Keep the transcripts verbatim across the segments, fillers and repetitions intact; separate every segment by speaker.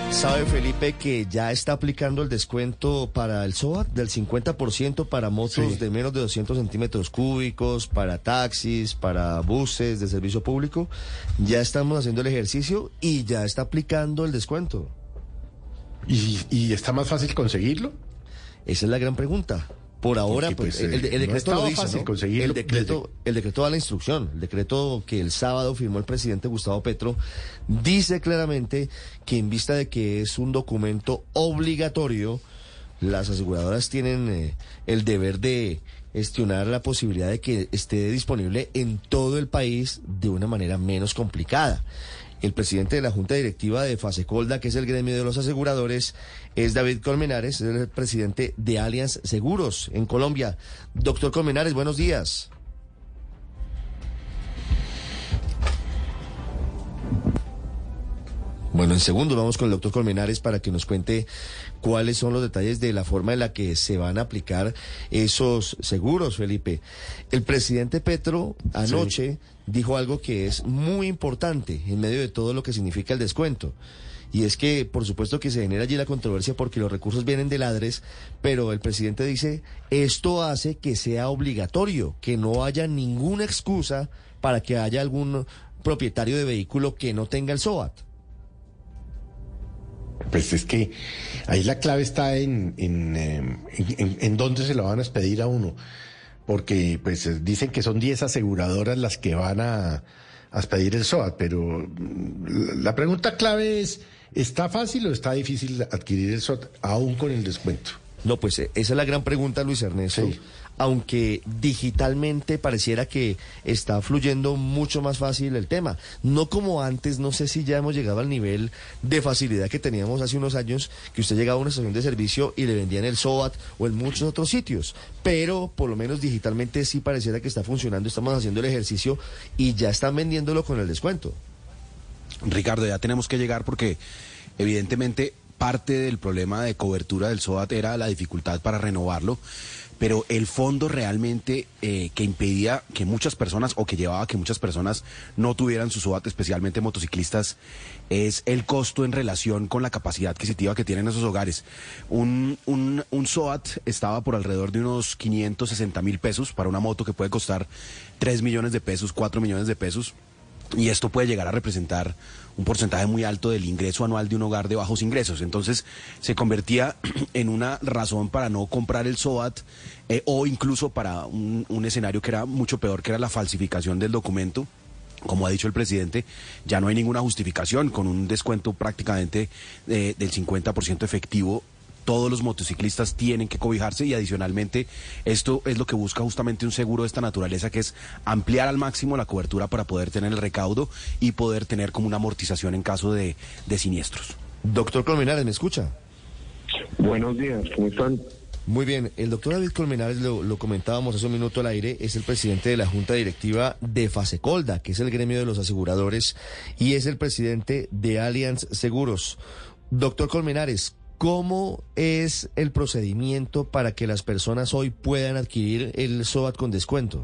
Speaker 1: ¿Sabe, Felipe, que ya está aplicando el descuento para el SOAT del cincuenta por ciento para motos
Speaker 2: Sí.
Speaker 1: de menos de doscientos centímetros cúbicos, para taxis, para buses de servicio público? Ya estamos haciendo el ejercicio y ya está aplicando el descuento.
Speaker 2: ¿Y, y está más fácil conseguirlo?
Speaker 1: Esa es la gran pregunta. Por ahora,
Speaker 2: Porque,
Speaker 1: pues,
Speaker 2: pues,
Speaker 1: el, el
Speaker 2: eh, no
Speaker 1: decreto
Speaker 2: estaba
Speaker 1: lo dice,
Speaker 2: fácil
Speaker 1: ¿no?
Speaker 2: conseguirlo
Speaker 1: El decreto,
Speaker 2: desde-
Speaker 1: el decreto da la instrucción. El decreto que el sábado firmó el presidente Gustavo Petro dice claramente que en vista de que es un documento obligatorio, las aseguradoras tienen eh, el deber de gestionar la posibilidad de que esté disponible en todo el país de una manera menos complicada. El presidente de la Junta Directiva de Fasecolda, que es el gremio de los aseguradores, es David Colmenares, es el presidente de Allianz Seguros en Colombia. Doctor Colmenares, buenos días. Bueno, en segundos vamos con el doctor Colmenares para que nos cuente cuáles son los detalles de la forma en la que se van a aplicar esos seguros, Felipe. El presidente Petro anoche sí. dijo algo que es muy importante en medio de todo lo que significa el descuento. Y es que, por supuesto que se genera allí la controversia porque los recursos vienen de Ladres, pero el presidente dice, esto hace que sea obligatorio, que no haya ninguna excusa para que haya algún propietario de vehículo que no tenga el SOAT.
Speaker 2: Pues es que ahí la clave está en, en, eh, en, en, en dónde se lo van a expedir a uno. Porque pues dicen que son diez aseguradoras las que van a, a expedir el SOAT, pero la pregunta clave es, ¿está fácil o está difícil adquirir el SOAT aún con el descuento?
Speaker 1: No, pues esa es la gran pregunta, Luis Ernesto. Sí. Aunque digitalmente pareciera que está fluyendo mucho más fácil el tema. No como antes, no sé si ya hemos llegado al nivel de facilidad que teníamos hace unos años, que usted llegaba a una estación de servicio y le vendían el SOAT o en muchos otros sitios. Pero por lo menos digitalmente sí pareciera que está funcionando, estamos haciendo el ejercicio y ya están vendiéndolo con el descuento.
Speaker 3: Ricardo, ya tenemos que llegar porque evidentemente parte del problema de cobertura del SOAT era la dificultad para renovarlo. Pero el fondo realmente eh, que impedía que muchas personas, o que llevaba a que muchas personas no tuvieran su SOAT, especialmente motociclistas, es el costo en relación con la capacidad adquisitiva que tienen esos hogares. Un, un, un SOAT estaba por alrededor de unos quinientos sesenta mil pesos para una moto que puede costar tres millones de pesos, cuatro millones de pesos. Y esto puede llegar a representar un porcentaje muy alto del ingreso anual de un hogar de bajos ingresos. Entonces se convertía en una razón para no comprar el SOAT eh, o incluso para un, un escenario que era mucho peor, que era la falsificación del documento. Como ha dicho el presidente, ya no hay ninguna justificación con un descuento prácticamente eh, del cincuenta por ciento efectivo. Todos los motociclistas tienen que cobijarse y adicionalmente esto es lo que busca justamente un seguro de esta naturaleza, que es ampliar al máximo la cobertura para poder tener el recaudo y poder tener como una amortización en caso de, de siniestros.
Speaker 1: Doctor Colmenares, ¿me escucha?
Speaker 4: Buenos días, ¿cómo están?
Speaker 1: Muy bien, el doctor David Colmenares, lo, lo comentábamos hace un minuto al aire, es el presidente de la Junta Directiva de Fasecolda, que es el gremio de los aseguradores, y es el presidente de Allianz Seguros. Doctor Colmenares, ¿cómo es el procedimiento para que las personas hoy puedan adquirir el SOAT con descuento?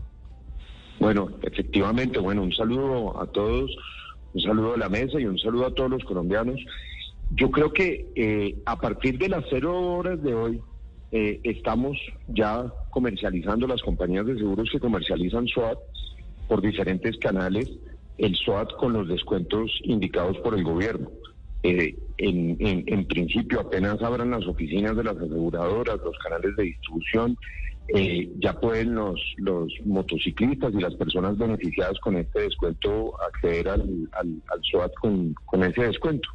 Speaker 4: Bueno, efectivamente, bueno, un saludo a todos, un saludo a la mesa y un saludo a todos los colombianos. Yo creo que eh, a partir de las cero horas de hoy eh, estamos ya comercializando, las compañías de seguros que comercializan SOAT por diferentes canales, el SOAT con los descuentos indicados por el gobierno. Eh, en, en, en principio, apenas abran las oficinas de las aseguradoras, los canales de distribución, eh, ya pueden los, los motociclistas y las personas beneficiadas con este descuento acceder al, al, al SOAT con, con ese descuento.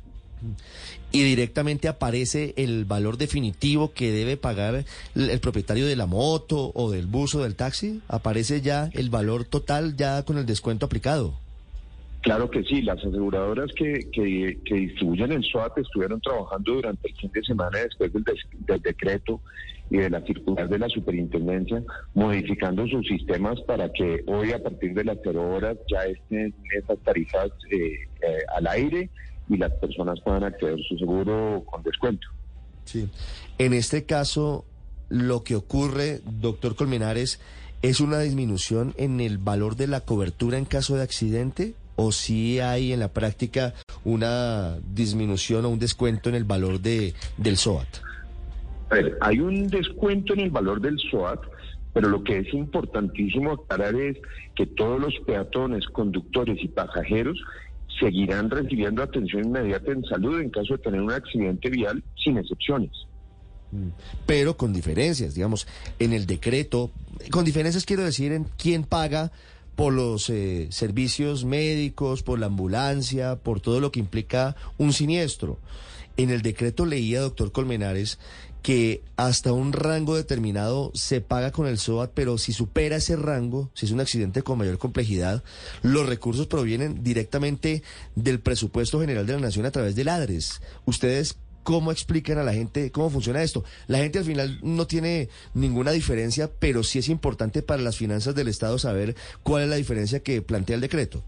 Speaker 1: Y directamente aparece el valor definitivo que debe pagar el, el propietario de la moto o del bus o del taxi. ¿Aparece ya el valor total ya con el descuento aplicado?
Speaker 4: Claro que sí, las aseguradoras que, que, que distribuyen el SOAT estuvieron trabajando durante el fin de semana después del, des, del decreto y de la circular de la superintendencia, modificando sus sistemas para que hoy a partir de las cero horas ya estén esas tarifas eh, eh, al aire y las personas puedan acceder a su seguro con descuento.
Speaker 1: Sí. En este caso, lo que ocurre, doctor Colmenares, ¿es una disminución en el valor de la cobertura en caso de accidente? ¿O si hay en la práctica una disminución o un descuento en el valor de del SOAT?
Speaker 4: A ver, hay un descuento en el valor del SOAT, pero lo que es importantísimo aclarar es que todos los peatones, conductores y pasajeros seguirán recibiendo atención inmediata en salud en caso de tener un accidente vial, sin excepciones.
Speaker 1: Pero con diferencias, digamos, en el decreto, con diferencias quiero decir en quién paga por los eh, servicios médicos, por la ambulancia, por todo lo que implica un siniestro. En el decreto leía, doctor Colmenares, que hasta un rango determinado se paga con el SOAT, pero si supera ese rango, si es un accidente con mayor complejidad, los recursos provienen directamente del presupuesto general de la Nación a través del ADRES. ¿Ustedes cómo explican a la gente cómo funciona esto? La gente al final no tiene ninguna diferencia, pero sí es importante para las finanzas del Estado saber cuál es la diferencia que plantea el decreto.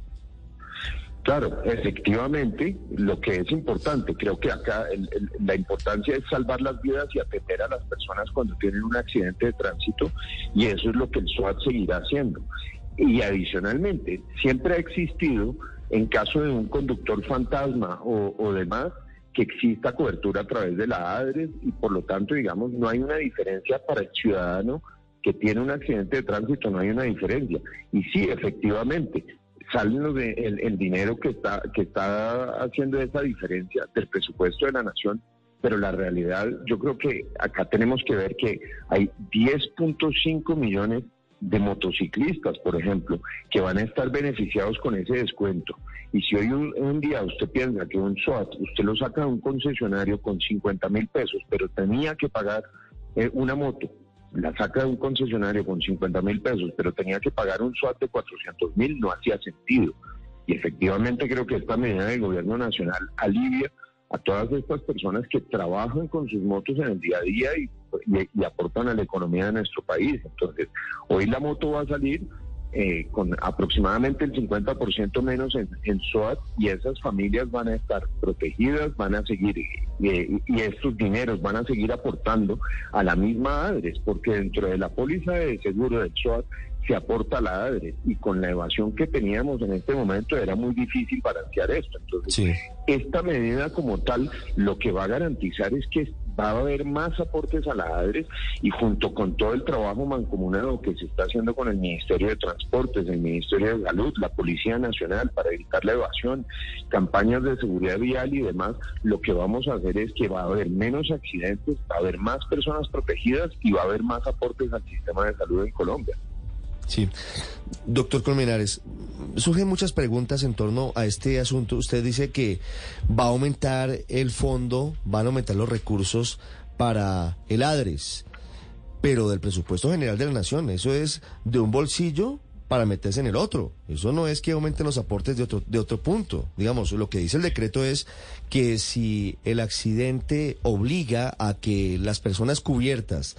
Speaker 4: Claro, efectivamente, lo que es importante, creo que acá el, el, la importancia es salvar las vidas y atender a las personas cuando tienen un accidente de tránsito, y eso es lo que el SOAT seguirá haciendo. Y adicionalmente, siempre ha existido, en caso de un conductor fantasma o, o demás, que exista cobertura a través de la ADRES, y por lo tanto, digamos, no hay una diferencia para el ciudadano que tiene un accidente de tránsito, no hay una diferencia. Y sí, efectivamente, salen los de, el, el dinero que está que está haciendo esa diferencia del presupuesto de la Nación, pero la realidad, yo creo que acá tenemos que ver que hay diez punto cinco millones de motociclistas, por ejemplo, que van a estar beneficiados con ese descuento. Y si hoy un, un día usted piensa que un SOAT, usted lo saca de un concesionario con cincuenta mil pesos, pero tenía que pagar eh, una moto, la saca de un concesionario con cincuenta mil pesos, pero tenía que pagar un SOAT de cuatrocientos mil, no hacía sentido. Y efectivamente creo que esta medida del gobierno nacional alivia a todas estas personas que trabajan con sus motos en el día a día y, y, y aportan a la economía de nuestro país. Entonces, hoy la moto va a salir eh, con aproximadamente el cincuenta por ciento menos en, en SOAT, y esas familias van a estar protegidas, van a seguir, eh, y estos dineros van a seguir aportando a la misma ADRES, porque dentro de la póliza de seguro del SOAT se aporta a la ADRES, y con la evasión que teníamos en este momento era muy difícil balancear esto. Entonces, sí, esta medida como tal lo que va a garantizar es que va a haber más aportes a la ADRES, y junto con todo el trabajo mancomunado que se está haciendo con el Ministerio de Transportes, el Ministerio de Salud, la Policía Nacional, para evitar la evasión, campañas de seguridad vial y demás, lo que vamos a hacer es que va a haber menos accidentes, va a haber más personas protegidas y va a haber más aportes al sistema de salud en Colombia.
Speaker 1: Sí. Doctor Colmenares, surgen muchas preguntas en torno a este asunto. Usted dice que va a aumentar el fondo, van a aumentar los recursos para el ADRES, pero del presupuesto general de la Nación. Eso es de un bolsillo para meterse en el otro. Eso no es que aumenten los aportes de otro, de otro punto. Digamos, lo que dice el decreto es que si el accidente obliga a que las personas cubiertas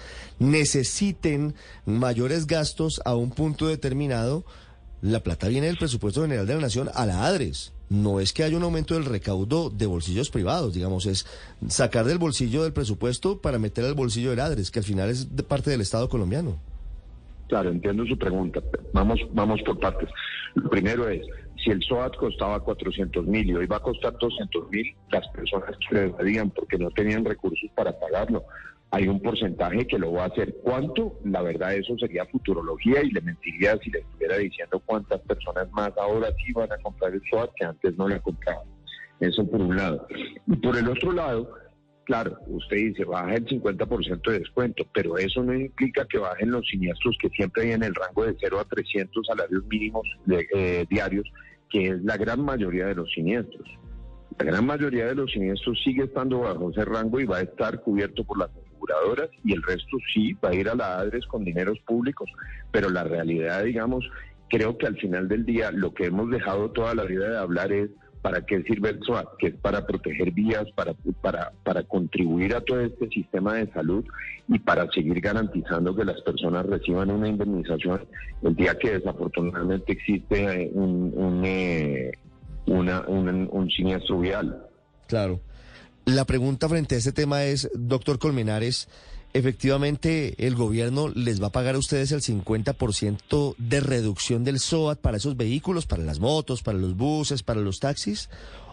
Speaker 1: necesiten mayores gastos a un punto determinado, la plata viene del presupuesto general de la Nación a la ADRES. No es que haya un aumento del recaudo de bolsillos privados, digamos, es sacar del bolsillo del presupuesto para meter al bolsillo del ADRES, que al final es de parte del Estado colombiano.
Speaker 4: Claro, entiendo su pregunta. Vamos, vamos por partes. Lo primero es, si el SOAT costaba cuatrocientos mil y hoy va a costar doscientos mil, las personas que lo evadían porque no tenían recursos para pagarlo, hay un porcentaje que lo va a hacer. ¿Cuánto? La verdad, eso sería futurología, y le mentiría si le estuviera diciendo cuántas personas más ahora sí van a comprar el SOAT que antes no le compraban. Eso por un lado. Y por el otro lado, claro, usted dice, baja el cincuenta por ciento de descuento, pero eso no implica que bajen los siniestros que siempre hay en el rango de cero a trescientos salarios mínimos de, eh, diarios, que es la gran mayoría de los siniestros. La gran mayoría de los siniestros sigue estando bajo ese rango y va a estar cubierto por las aseguradoras, y el resto sí va a ir a la ADRES con dineros públicos, pero la realidad, digamos, creo que al final del día lo que hemos dejado toda la vida de hablar es ¿para qué sirve el SOAT? Que es para proteger vías, para, para, para contribuir a todo este sistema de salud y para seguir garantizando que las personas reciban una indemnización el día que desafortunadamente existe un, un, eh, una, un, un siniestro vial.
Speaker 1: Claro. La pregunta frente a este tema es, doctor Colmenares, efectivamente el gobierno les va a pagar a ustedes el cincuenta por ciento de reducción del SOAT para esos vehículos, para las motos, para los buses, para los taxis,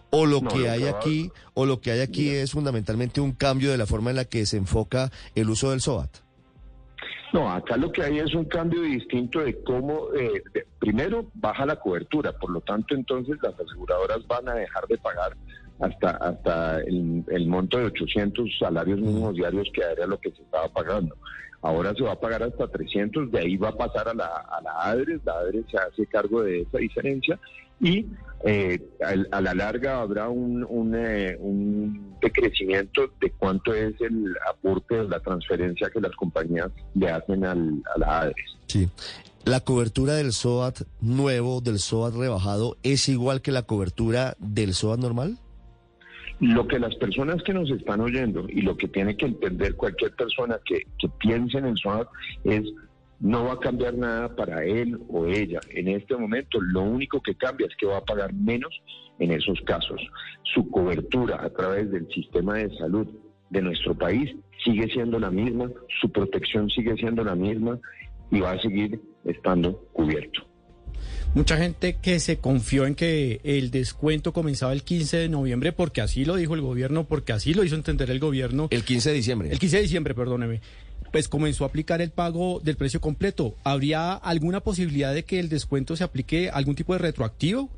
Speaker 1: o lo
Speaker 4: No,
Speaker 1: que
Speaker 4: lo
Speaker 1: hay
Speaker 4: que
Speaker 1: aquí,
Speaker 4: va-
Speaker 1: o lo que hay aquí
Speaker 4: Mira.
Speaker 1: es fundamentalmente un cambio de la forma en la que se enfoca el uso del SOAT.
Speaker 4: No, acá lo que hay es un cambio distinto de cómo, eh, de- primero, baja la cobertura, por lo tanto, entonces las aseguradoras van a dejar de pagar hasta hasta el, el monto de ochocientos salarios mínimos diarios, que era lo que se estaba pagando. Ahora se va a pagar hasta trescientos, de ahí va a pasar a la, a la ADRES, la ADRES se hace cargo de esa diferencia y eh, a, a la larga habrá un, un, eh, un decrecimiento de cuánto es el aporte, la transferencia que las compañías le hacen al, a la ADRES.
Speaker 1: Sí. ¿La cobertura del SOAT nuevo, del SOAT rebajado, es igual que la cobertura del SOAT normal?
Speaker 4: Lo que las personas que nos están oyendo y lo que tiene que entender cualquier persona que, que piense en el SOAT es: no va a cambiar nada para él o ella. En este momento lo único que cambia es que va a pagar menos en esos casos. Su cobertura a través del sistema de salud de nuestro país sigue siendo la misma, su protección sigue siendo la misma y va a seguir estando cubierto.
Speaker 5: Mucha gente que se confió en que el descuento comenzaba el quince de noviembre, porque así lo dijo el gobierno, porque así lo hizo entender el gobierno.
Speaker 1: El quince de diciembre.
Speaker 5: El quince de diciembre, perdóneme. Pues comenzó a aplicar el pago del precio completo. ¿Habría alguna posibilidad de que el descuento se aplique algún tipo de retroactivo?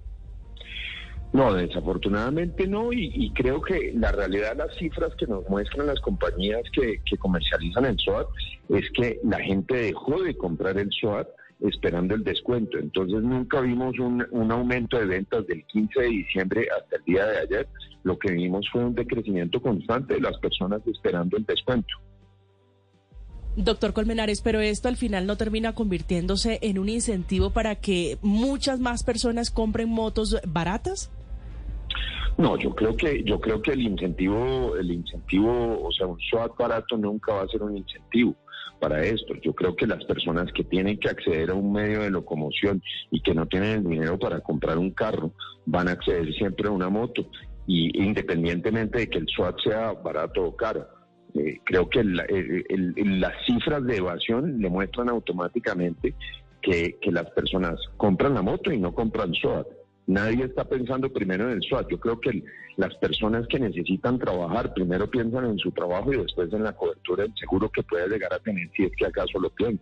Speaker 4: No, desafortunadamente no, y, y creo que la realidad, las cifras que nos muestran las compañías que, que comercializan el SOAT, es que la gente dejó de comprar el SOAT esperando el descuento. Entonces nunca vimos un, un aumento de ventas del quince de diciembre hasta el día de ayer. Lo que vimos fue un decrecimiento constante de las personas esperando el descuento.
Speaker 6: Doctor Colmenares, pero esto al final no termina convirtiéndose en un incentivo para que muchas más personas compren motos baratas.
Speaker 4: No, yo creo que yo creo que el incentivo, el incentivo, o sea, un SOAT barato nunca va a ser un incentivo para esto. Yo creo que las personas que tienen que acceder a un medio de locomoción y que no tienen el dinero para comprar un carro, van a acceder siempre a una moto, y independientemente de que el SOAT sea barato o caro. Eh, creo que el, el, el, las cifras de evasión le muestran automáticamente que, que las personas compran la moto y no compran SOAT. Nadie está pensando primero en el SOAT. Yo creo que el, las personas que necesitan trabajar primero piensan en su trabajo y después en la cobertura del seguro que puede llegar a tener, si es que acaso lo tienen.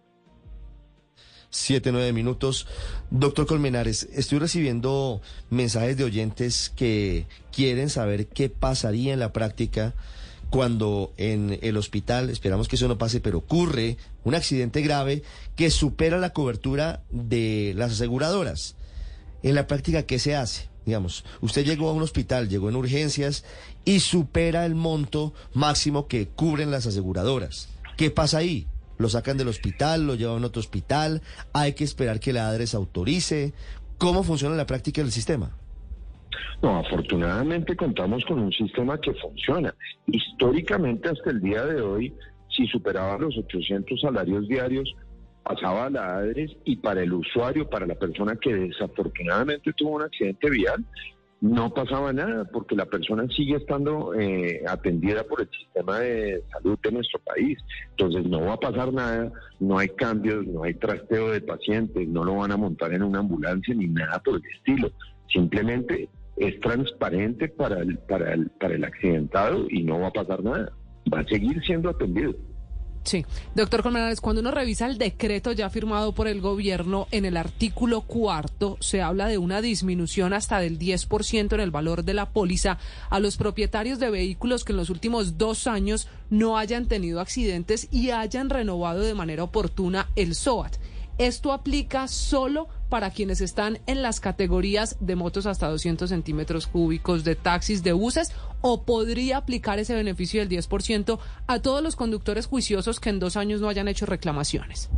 Speaker 1: Siete, nueve minutos. Doctor Colmenares, estoy recibiendo mensajes de oyentes que quieren saber qué pasaría en la práctica cuando en el hospital, esperamos que eso no pase, pero ocurre un accidente grave que supera la cobertura de las aseguradoras. En la práctica, ¿qué se hace? Digamos, usted llegó a un hospital, llegó en urgencias y supera el monto máximo que cubren las aseguradoras. ¿Qué pasa ahí? ¿Lo sacan del hospital, lo llevan a otro hospital? ¿Hay que esperar que la ADRES autorice? ¿Cómo funciona en la práctica del sistema?
Speaker 4: No, afortunadamente contamos con un sistema que funciona. Históricamente, hasta el día de hoy, si superaba los ochocientos salarios diarios, pasaba a la ADRES, y para el usuario, para la persona que desafortunadamente tuvo un accidente vial, no pasaba nada, porque la persona sigue estando eh, atendida por el sistema de salud de nuestro país. Entonces no va a pasar nada, no hay cambios, no hay trasteo de pacientes, no lo van a montar en una ambulancia ni nada por el estilo. Simplemente es transparente para el, para el, para el accidentado y no va a pasar nada. Va a seguir siendo atendido.
Speaker 7: Sí, doctor Colmenares, cuando uno revisa el decreto ya firmado por el gobierno, en el artículo cuarto se habla de una disminución hasta del diez por ciento en el valor de la póliza a los propietarios de vehículos que en los últimos dos años no hayan tenido accidentes y hayan renovado de manera oportuna el SOAT. ¿Esto aplica solo para quienes están en las categorías de motos hasta doscientos centímetros cúbicos, de taxis, de buses, o podría aplicar ese beneficio del diez por ciento a todos los conductores juiciosos que en dos años no hayan hecho reclamaciones?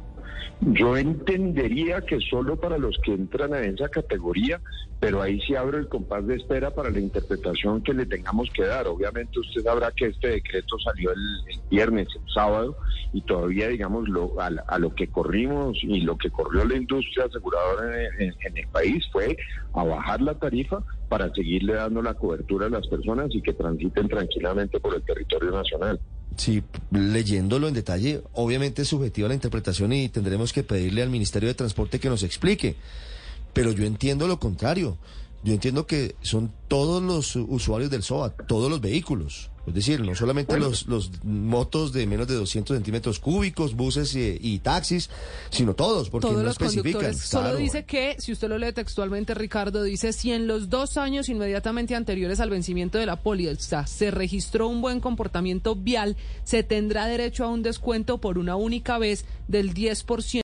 Speaker 4: Yo entendería que solo para los que entran a esa categoría, pero ahí sí abro el compás de espera para la interpretación que le tengamos que dar. Obviamente usted sabrá que este decreto salió el, el viernes, el sábado, y todavía, digamos, lo, a, a lo que corrimos y lo que corrió la industria aseguradora en, en, en el país fue a bajar la tarifa para seguirle dando la cobertura a las personas y que transiten tranquilamente por el territorio nacional.
Speaker 1: Sí, leyéndolo en detalle, obviamente es subjetiva la interpretación y tendremos que pedirle al Ministerio de Transporte que nos explique. Pero yo entiendo lo contrario. yo entiendo que son todos los usuarios del SOAT, todos los vehículos. Es decir, no solamente los, los motos de menos de doscientos centímetros cúbicos, buses y, y taxis, sino todos, porque
Speaker 7: Todos
Speaker 1: no
Speaker 7: los
Speaker 1: especifican.
Speaker 7: conductores. Solo
Speaker 1: Claro.
Speaker 7: dice que, si usted lo lee textualmente, Ricardo, dice, si en los dos años inmediatamente anteriores al vencimiento de la póliza se registró un buen comportamiento vial, se tendrá derecho a un descuento por una única vez del diez por ciento.